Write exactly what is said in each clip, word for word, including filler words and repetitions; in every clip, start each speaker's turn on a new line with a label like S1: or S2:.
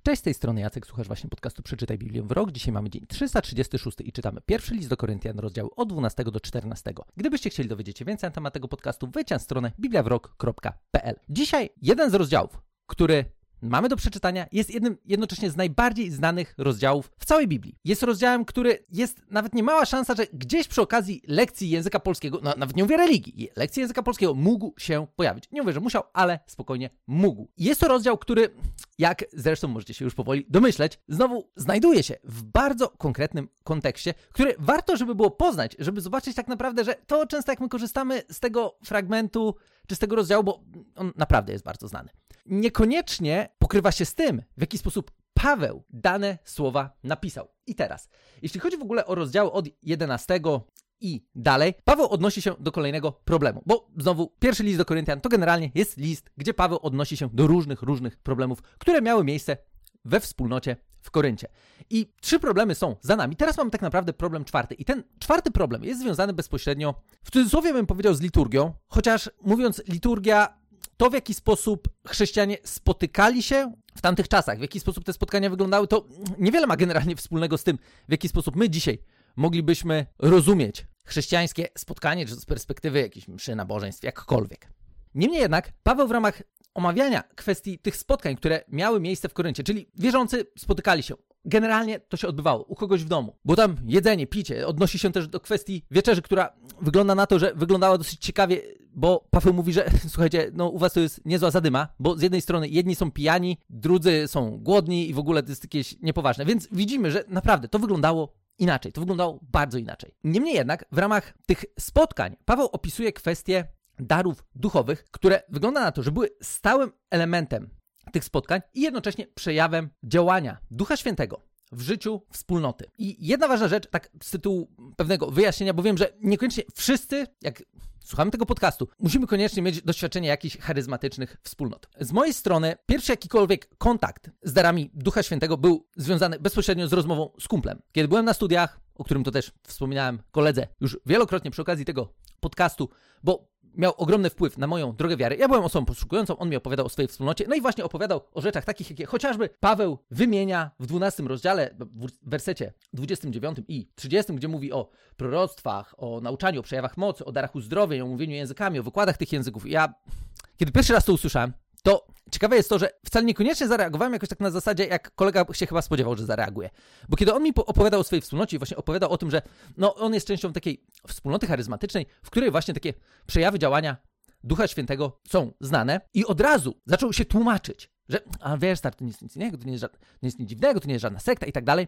S1: Cześć, z tej strony Jacek, słuchasz właśnie podcastu Przeczytaj Biblię w rok. Dzisiaj mamy dzień trzysta trzydziesty szósty i czytamy pierwszy list do Koryntian, rozdziały od dwunastego do czternastego. Gdybyście chcieli dowiedzieć się więcej na temat tego podcastu, wejdź na stronę biblia w rok kropka p l. Dzisiaj jeden z rozdziałów, który mamy do przeczytania, jest jednym jednocześnie z najbardziej znanych rozdziałów w całej Biblii. Jest rozdziałem, który jest nawet niemała szansa, że gdzieś przy okazji lekcji języka polskiego, no, nawet nie mówię religii, lekcji języka polskiego mógł się pojawić. Nie mówię, że musiał, ale spokojnie mógł. Jest to rozdział, który, jak zresztą możecie się już powoli domyśleć, znowu znajduje się w bardzo konkretnym kontekście, który warto, żeby było poznać, żeby zobaczyć tak naprawdę, że to często jak my korzystamy z tego fragmentu, czy z tego rozdziału, bo on naprawdę jest bardzo znany, niekoniecznie pokrywa się z tym, w jaki sposób Paweł dane słowa napisał. I teraz, jeśli chodzi w ogóle o rozdziały od jedenastego i dalej, Paweł odnosi się do kolejnego problemu, bo znowu pierwszy list do Koryntian to generalnie jest list, gdzie Paweł odnosi się do różnych, różnych problemów, które miały miejsce we wspólnocie w Koryncie. I trzy problemy są za nami. Teraz mamy tak naprawdę problem czwarty. I ten czwarty problem jest związany bezpośrednio, w cudzysłowie bym powiedział, z liturgią, chociaż mówiąc liturgia, to w jaki sposób chrześcijanie spotykali się w tamtych czasach, w jaki sposób te spotkania wyglądały, to niewiele ma generalnie wspólnego z tym, w jaki sposób my dzisiaj moglibyśmy rozumieć chrześcijańskie spotkanie, czy z perspektywy jakiejś mszy, nabożeństw, jakkolwiek. Niemniej jednak Paweł w ramach omawiania kwestii tych spotkań, które miały miejsce w Koryncie, czyli wierzący spotykali się. Generalnie to się odbywało u kogoś w domu, bo tam jedzenie, picie, odnosi się też do kwestii wieczerzy, która wygląda na to, że wyglądała dosyć ciekawie, bo Paweł mówi, że słuchajcie, no u was to jest niezła zadyma, bo z jednej strony jedni są pijani, drudzy są głodni i w ogóle to jest jakieś niepoważne, więc widzimy, że naprawdę to wyglądało inaczej, to wyglądało bardzo inaczej. Niemniej jednak w ramach tych spotkań Paweł opisuje kwestie darów duchowych, które wygląda na to, że były stałym elementem tych spotkań i jednocześnie przejawem działania Ducha Świętego w życiu wspólnoty. I jedna ważna rzecz, tak z tytułu pewnego wyjaśnienia, bo wiem, że niekoniecznie wszyscy, jak słuchamy tego podcastu, musimy koniecznie mieć doświadczenie jakichś charyzmatycznych wspólnot. Z mojej strony pierwszy jakikolwiek kontakt z darami Ducha Świętego był związany bezpośrednio z rozmową z kumplem. Kiedy byłem na studiach, o którym to też wspominałem koledze już wielokrotnie przy okazji tego podcastu, bo miał ogromny wpływ na moją drogę wiary. Ja byłem osobą poszukującą, on mi opowiadał o swojej wspólnocie, no i właśnie opowiadał o rzeczach takich, jakie chociażby Paweł wymienia w dwunastym rozdziale, w wersecie dwudziestym dziewiątym i trzydziestym, gdzie mówi o proroctwach, o nauczaniu, o przejawach mocy, o darach uzdrowień, o mówieniu językami, o wykładach tych języków. I ja, kiedy pierwszy raz to usłyszałem, to ciekawe jest to, że wcale niekoniecznie zareagowałem jakoś tak na zasadzie, jak kolega się chyba spodziewał, że zareaguje. Bo kiedy on mi opowiadał o swojej wspólnocie i właśnie opowiadał o tym, że no, on jest częścią takiej wspólnoty charyzmatycznej, w której właśnie takie przejawy działania Ducha Świętego są znane i od razu zaczął się tłumaczyć, że a wiesz, stary, to nie jest nic innego, to nie jest, ża- to nie jest nic dziwnego, to nie jest żadna sekta i tak dalej.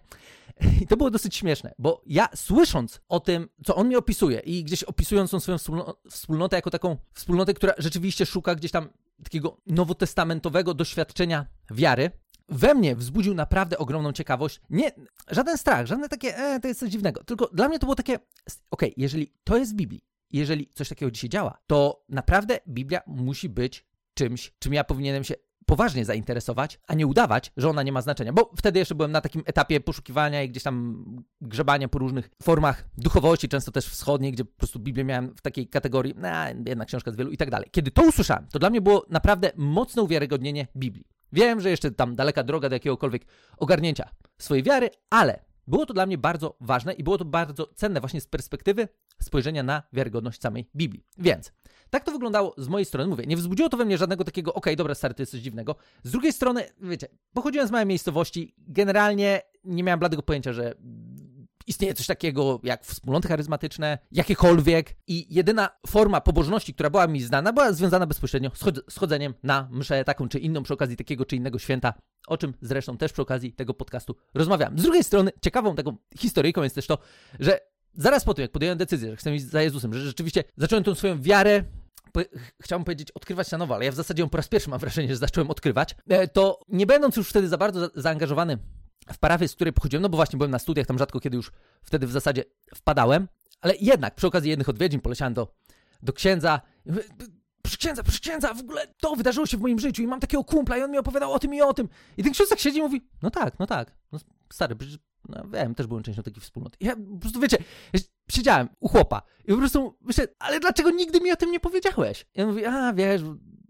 S1: I to było dosyć śmieszne, bo ja słysząc o tym, co on mi opisuje i gdzieś opisując tą swoją wspólno- wspólnotę jako taką wspólnotę, która rzeczywiście szuka gdzieś tam takiego nowotestamentowego doświadczenia wiary, we mnie wzbudził naprawdę ogromną ciekawość. Nie, żaden strach, żadne takie, e, to jest coś dziwnego, tylko dla mnie to było takie, okej, okay, jeżeli to jest w Biblii, jeżeli coś takiego dzisiaj działa, to naprawdę Biblia musi być czymś, czym ja powinienem się poważnie zainteresować, a nie udawać, że ona nie ma znaczenia. Bo wtedy jeszcze byłem na takim etapie poszukiwania i gdzieś tam grzebania po różnych formach duchowości, często też wschodniej, gdzie po prostu Biblię miałem w takiej kategorii, no, jedna książka z wielu i tak dalej. Kiedy to usłyszałem, to dla mnie było naprawdę mocne uwiarygodnienie Biblii. Wiem, że jeszcze tam daleka droga do jakiegokolwiek ogarnięcia swojej wiary, ale było to dla mnie bardzo ważne i było to bardzo cenne właśnie z perspektywy spojrzenia na wiarygodność samej Biblii. Więc tak to wyglądało z mojej strony. Mówię, nie wzbudziło to we mnie żadnego takiego, okej, okay, dobra, stary, to jest coś dziwnego. Z drugiej strony, wiecie, pochodziłem z małej miejscowości, generalnie nie miałem bladego pojęcia, że istnieje coś takiego jak wspólnoty charyzmatyczne, jakiekolwiek i jedyna forma pobożności, która była mi znana, była związana bezpośrednio z, chod- z chodzeniem na mszę taką czy inną przy okazji takiego czy innego święta, o czym zresztą też przy okazji tego podcastu rozmawiałem. Z drugiej strony ciekawą taką historyjką jest też to, że zaraz po tym, jak podjąłem decyzję, że chcę iść za Jezusem, że rzeczywiście zacząłem tą swoją wiarę, po, chciałbym powiedzieć, odkrywać na nowo, ale ja w zasadzie ją po raz pierwszy mam wrażenie, że zacząłem odkrywać, to nie będąc już wtedy za bardzo za- zaangażowany w parafię, z której pochodziłem, no bo właśnie byłem na studiach, tam rzadko kiedy już wtedy w zasadzie wpadałem, ale jednak przy okazji jednych odwiedzin poleciałem do, do księdza. Proszę księdza, proszę księdza, w ogóle to wydarzyło się w moim życiu i mam takiego kumpla i on mi opowiadał o tym i o tym. I ten ksiądz tak siedzi i mówi, no tak, no tak, no stary, przecież, no wiem, też byłem częścią takiej wspólnoty. Ja po prostu, wiecie, siedziałem u chłopa i po prostu myślę, ale dlaczego nigdy mi o tym nie powiedziałeś? I on mówi, a wiesz,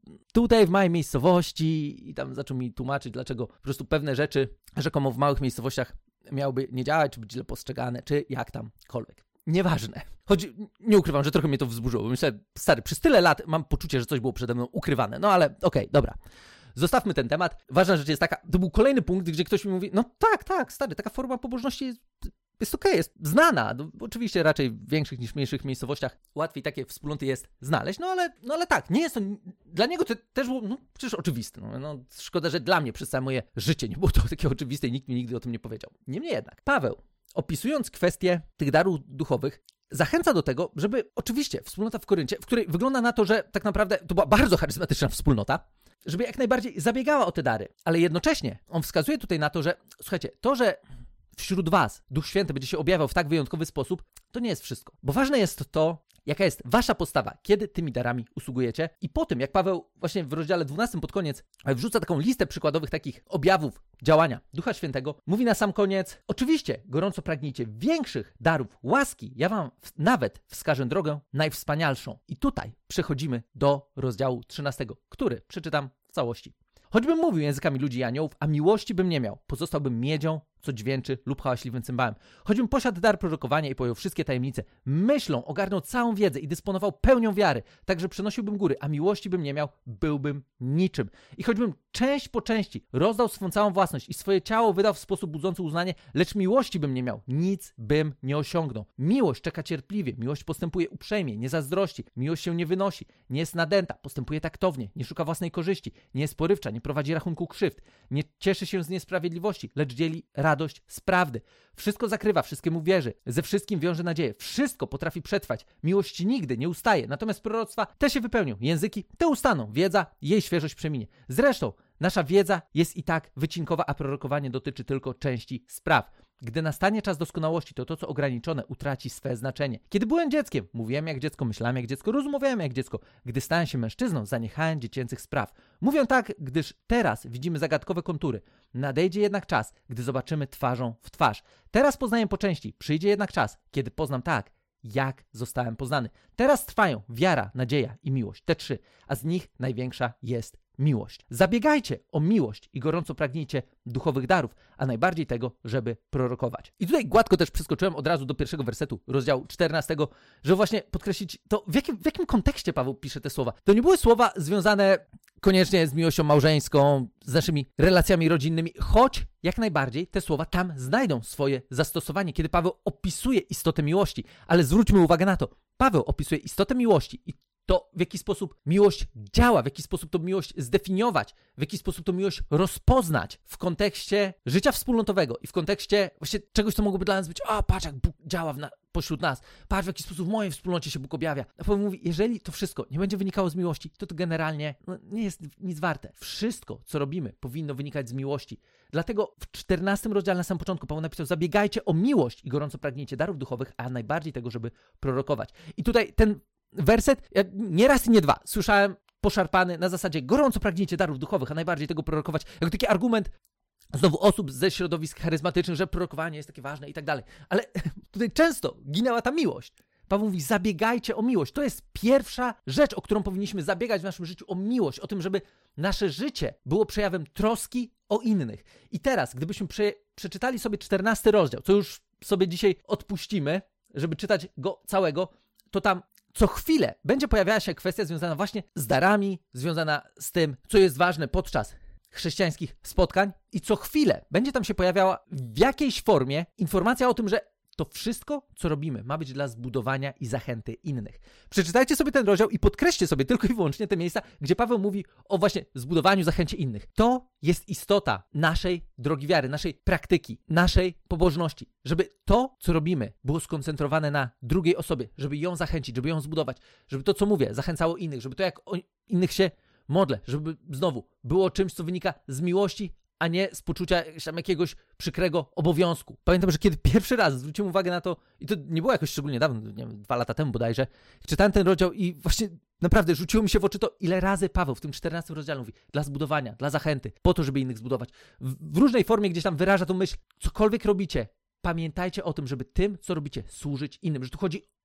S1: tutaj w małej miejscowości i tam zaczął mi tłumaczyć, dlaczego po prostu pewne rzeczy rzekomo w małych miejscowościach miałyby nie działać, czy być źle postrzegane, czy jak tamkolwiek. Nieważne. Choć nie ukrywam, że trochę mnie to wzburzyło, bo myślę, stary, przez tyle lat mam poczucie, że coś było przede mną ukrywane. No ale okej, okay, dobra. Zostawmy ten temat. Ważna rzecz jest taka, to był kolejny punkt, gdzie ktoś mi mówi, no tak, tak, stary, taka forma pobożności jest, jest okej, okay, jest znana. No, oczywiście raczej w większych niż mniejszych miejscowościach łatwiej takie wspólnoty jest znaleźć, no ale, no ale tak, nie jest to, dla niego to też było, no przecież oczywiste. No, no szkoda, że dla mnie przez całe moje życie nie było to takie oczywiste i nikt mi nigdy o tym nie powiedział. Niemniej jednak, Paweł, opisując kwestię tych darów duchowych, zachęca do tego, żeby oczywiście wspólnota w Koryncie, w której wygląda na to, że tak naprawdę to była bardzo charyzmatyczna wspólnota, żeby jak najbardziej zabiegała o te dary, ale jednocześnie on wskazuje tutaj na to, że słuchajcie, to, że wśród was Duch Święty będzie się objawiał w tak wyjątkowy sposób, to nie jest wszystko. Bo ważne jest to, jaka jest wasza postawa, kiedy tymi darami usługujecie. I po tym, jak Paweł właśnie w rozdziale dwunastym pod koniec wrzuca taką listę przykładowych takich objawów działania Ducha Świętego, mówi na sam koniec, oczywiście gorąco pragnijcie większych darów łaski, ja wam w, nawet wskażę drogę najwspanialszą. I tutaj przechodzimy do rozdziału trzynastego, który przeczytam w całości. Choćbym mówił językami ludzi i aniołów, a miłości bym nie miał, pozostałbym miedzią, co dźwięczy lub hałaśliwym cymbałem. Choćbym posiadł dar prorokowania i pojął wszystkie tajemnice, myślą ogarnął całą wiedzę i dysponował pełnią wiary, tak że przenosiłbym góry, a miłości bym nie miał, byłbym niczym. I choćbym część po części rozdał swą całą własność i swoje ciało wydał w sposób budzący uznanie, lecz miłości bym nie miał, nic bym nie osiągnął. Miłość czeka cierpliwie, miłość postępuje uprzejmie, nie zazdrości, miłość się nie wynosi, nie jest nadęta, postępuje taktownie, nie szuka własnej korzyści, nie jest porywcza, nie prowadzi rachunku krzywd, nie cieszy się z niesprawiedliwości, lecz dzieli radość z prawdy. Wszystko zakrywa, wszystkiemu wierzy, ze wszystkim wiąże nadzieję, wszystko potrafi przetrwać. Miłość nigdy nie ustaje, natomiast proroctwa te się wypełnią, języki te ustaną, wiedza, jej świeżość przeminie. Zresztą nasza wiedza jest i tak wycinkowa, a prorokowanie dotyczy tylko części spraw. Gdy nastanie czas doskonałości, to to, co ograniczone, utraci swe znaczenie. Kiedy byłem dzieckiem, mówiłem jak dziecko, myślałem jak dziecko, rozumiałem jak dziecko. Gdy stałem się mężczyzną, zaniechałem dziecięcych spraw. Mówię tak, gdyż teraz widzimy zagadkowe kontury. Nadejdzie jednak czas, gdy zobaczymy twarzą w twarz. Teraz poznaję po części, przyjdzie jednak czas, kiedy poznam tak, jak zostałem poznany. Teraz trwają wiara, nadzieja i miłość. Te trzy, a z nich największa jest miłość. Zabiegajcie o miłość i gorąco pragnijcie duchowych darów, a najbardziej tego, żeby prorokować. I tutaj gładko też przeskoczyłem od razu do pierwszego wersetu rozdziału czternastego, żeby właśnie podkreślić to, w jakim, w jakim kontekście Paweł pisze te słowa. To nie były słowa związane koniecznie z miłością małżeńską, z naszymi relacjami rodzinnymi, choć jak najbardziej te słowa tam znajdą swoje zastosowanie, kiedy Paweł opisuje istotę miłości. Ale zwróćmy uwagę na to. Paweł opisuje istotę miłości i to, w jaki sposób miłość działa, w jaki sposób to miłość zdefiniować, w jaki sposób to miłość rozpoznać w kontekście życia wspólnotowego i w kontekście właśnie czegoś, co mogłoby dla nas być, a patrz, jak Bóg działa w na, pośród nas, patrz, w jaki sposób w mojej wspólnocie się Bóg objawia. A Paweł mówi, jeżeli to wszystko nie będzie wynikało z miłości, to to generalnie no, nie jest nic warte. Wszystko, co robimy, powinno wynikać z miłości. Dlatego w czternastym rozdziale na samym początku Paweł napisał, zabiegajcie o miłość i gorąco pragnijcie darów duchowych, a najbardziej tego, żeby prorokować. I tutaj ten werset, ja nie raz i nie dwa słyszałem poszarpany na zasadzie gorąco pragnijcie darów duchowych, a najbardziej tego prorokować, jako taki argument znowu osób ze środowisk charyzmatycznych, że prorokowanie jest takie ważne i tak dalej. Ale tutaj często ginęła ta miłość. Paweł mówi, zabiegajcie o miłość. To jest pierwsza rzecz, o którą powinniśmy zabiegać w naszym życiu, o miłość, o tym, żeby nasze życie było przejawem troski o innych. I teraz, gdybyśmy prze, przeczytali sobie czternasty rozdział, co już sobie dzisiaj odpuścimy, żeby czytać go całego, to tam co chwilę będzie pojawiała się kwestia związana właśnie z darami, związana z tym, co jest ważne podczas chrześcijańskich spotkań i co chwilę będzie tam się pojawiała w jakiejś formie informacja o tym, że to wszystko, co robimy, ma być dla zbudowania i zachęty innych. Przeczytajcie sobie ten rozdział i podkreślcie sobie tylko i wyłącznie te miejsca, gdzie Paweł mówi o właśnie zbudowaniu, zachęcie innych. To jest istota naszej drogi wiary, naszej praktyki, naszej pobożności. Żeby to, co robimy, było skoncentrowane na drugiej osobie, żeby ją zachęcić, żeby ją zbudować, żeby to, co mówię, zachęcało innych, żeby to, jak o innych się modlę, żeby znowu było czymś, co wynika z miłości, a nie z poczucia jakiegoś przykrego obowiązku. Pamiętam, że kiedy pierwszy raz zwróciłem uwagę na to, i to nie było jakoś szczególnie dawno, nie wiem, dwa lata temu bodajże, czytałem ten rozdział i właśnie naprawdę rzuciło mi się w oczy to, ile razy Paweł w tym czternastym rozdziale mówi dla zbudowania, dla zachęty, po to, żeby innych zbudować. W, w różnej formie gdzieś tam wyraża tą myśl, cokolwiek robicie, pamiętajcie o tym, żeby tym, co robicie, służyć innym, że tu chodzi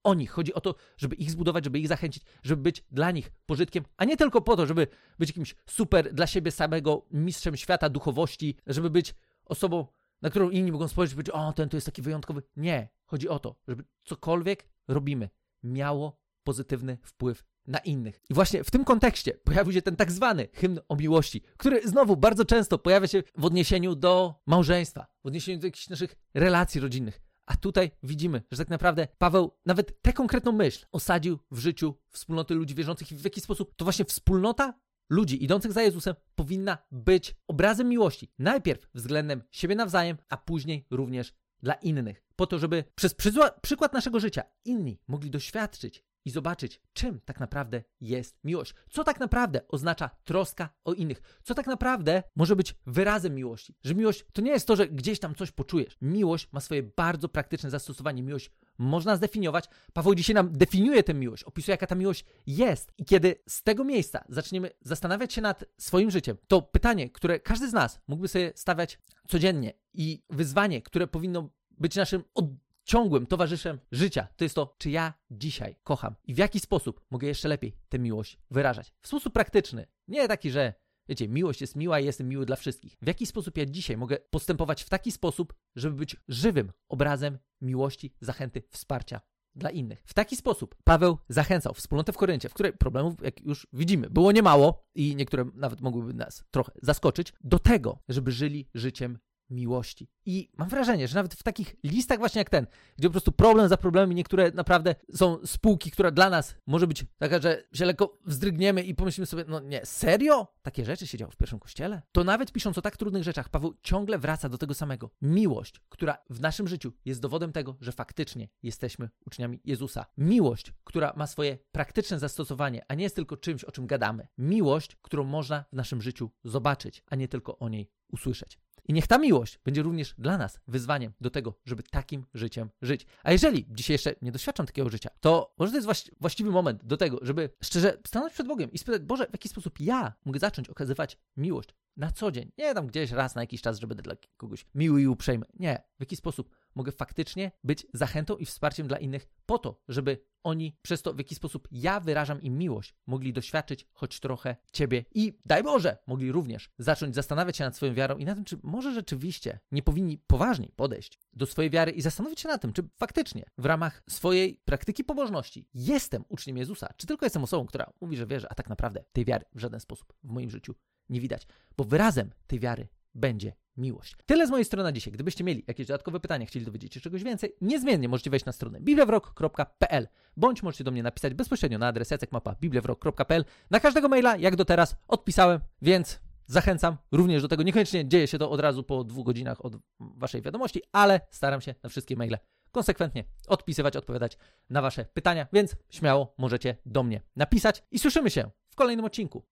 S1: o nich, chodzi o to, żeby ich zbudować, żeby ich zachęcić, żeby być dla nich pożytkiem, a nie tylko po to, żeby być jakimś super dla siebie samego mistrzem świata duchowości, żeby być osobą, na którą inni mogą spojrzeć i powiedzieć, o, ten to jest taki wyjątkowy. Nie, chodzi o to, żeby cokolwiek robimy miało pozytywny wpływ na innych. I właśnie w tym kontekście pojawił się ten tak zwany hymn o miłości, który znowu bardzo często pojawia się w odniesieniu do małżeństwa, w odniesieniu do jakichś naszych relacji rodzinnych. A tutaj widzimy, że tak naprawdę Paweł nawet tę konkretną myśl osadził w życiu wspólnoty ludzi wierzących i w jaki sposób to właśnie wspólnota ludzi idących za Jezusem powinna być obrazem miłości. Najpierw względem siebie nawzajem, a później również dla innych. Po to, żeby przez przyzła- przykład naszego życia inni mogli doświadczyć i zobaczyć, czym tak naprawdę jest miłość. Co tak naprawdę oznacza troska o innych. Co tak naprawdę może być wyrazem miłości. Że miłość to nie jest to, że gdzieś tam coś poczujesz. Miłość ma swoje bardzo praktyczne zastosowanie. Miłość można zdefiniować. Paweł dzisiaj nam definiuje tę miłość, opisuje, jaka ta miłość jest. I kiedy z tego miejsca zaczniemy zastanawiać się nad swoim życiem, to pytanie, które każdy z nas mógłby sobie stawiać codziennie i wyzwanie, które powinno być naszym od ciągłym towarzyszem życia, to jest to, czy ja dzisiaj kocham i w jaki sposób mogę jeszcze lepiej tę miłość wyrażać. W sposób praktyczny. Nie taki, że wiecie, miłość jest miła i jestem miły dla wszystkich. W jaki sposób ja dzisiaj mogę postępować w taki sposób, żeby być żywym obrazem miłości, zachęty, wsparcia dla innych. W taki sposób Paweł zachęcał wspólnotę w Koryncie, w której problemów, jak już widzimy, było niemało i niektóre nawet mogłyby nas trochę zaskoczyć, do tego, żeby żyli życiem miłości. I mam wrażenie, że nawet w takich listach właśnie jak ten, gdzie po prostu problem za problemem i niektóre naprawdę są spółki, która dla nas może być taka, że się lekko wzdrygniemy i pomyślimy sobie, no nie, serio? Takie rzeczy się działo w pierwszym kościele? To nawet pisząc o tak trudnych rzeczach, Paweł ciągle wraca do tego samego. Miłość, która w naszym życiu jest dowodem tego, że faktycznie jesteśmy uczniami Jezusa. Miłość, która ma swoje praktyczne zastosowanie, a nie jest tylko czymś, o czym gadamy. Miłość, którą można w naszym życiu zobaczyć, a nie tylko o niej usłyszeć. I niech ta miłość będzie również dla nas wyzwaniem do tego, żeby takim życiem żyć. A jeżeli dzisiaj jeszcze nie doświadczam takiego życia, to może to jest właści- właściwy moment do tego, żeby szczerze stanąć przed Bogiem i spytać, Boże, w jaki sposób ja mogę zacząć okazywać miłość na co dzień. Nie tam gdzieś raz na jakiś czas, żeby dla kogoś miły i uprzejmy. Nie. W jaki sposób mogę faktycznie być zachętą i wsparciem dla innych po to, żeby oni przez to, w jaki sposób ja wyrażam im miłość, mogli doświadczyć choć trochę Ciebie i daj Boże, mogli również zacząć zastanawiać się nad swoją wiarą i nad tym, czy może rzeczywiście nie powinni poważniej podejść do swojej wiary i zastanowić się nad tym, czy faktycznie w ramach swojej praktyki pobożności jestem uczniem Jezusa, czy tylko jestem osobą, która mówi, że wierzy, a tak naprawdę tej wiary w żaden sposób w moim życiu nie widać, bo wyrazem tej wiary będzie miłość. Tyle z mojej strony na dzisiaj. Gdybyście mieli jakieś dodatkowe pytania, chcieli dowiedzieć się czegoś więcej, niezmiennie możecie wejść na stronę biblia w rok kropka p l bądź możecie do mnie napisać bezpośrednio na adres jacek małpa biblia w rok kropka p l. Na każdego maila, jak do teraz, odpisałem, więc zachęcam również do tego. Niekoniecznie dzieje się to od razu po dwóch godzinach od waszej wiadomości, ale staram się na wszystkie maile konsekwentnie odpisywać, odpowiadać na wasze pytania, więc śmiało możecie do mnie napisać i słyszymy się w kolejnym odcinku.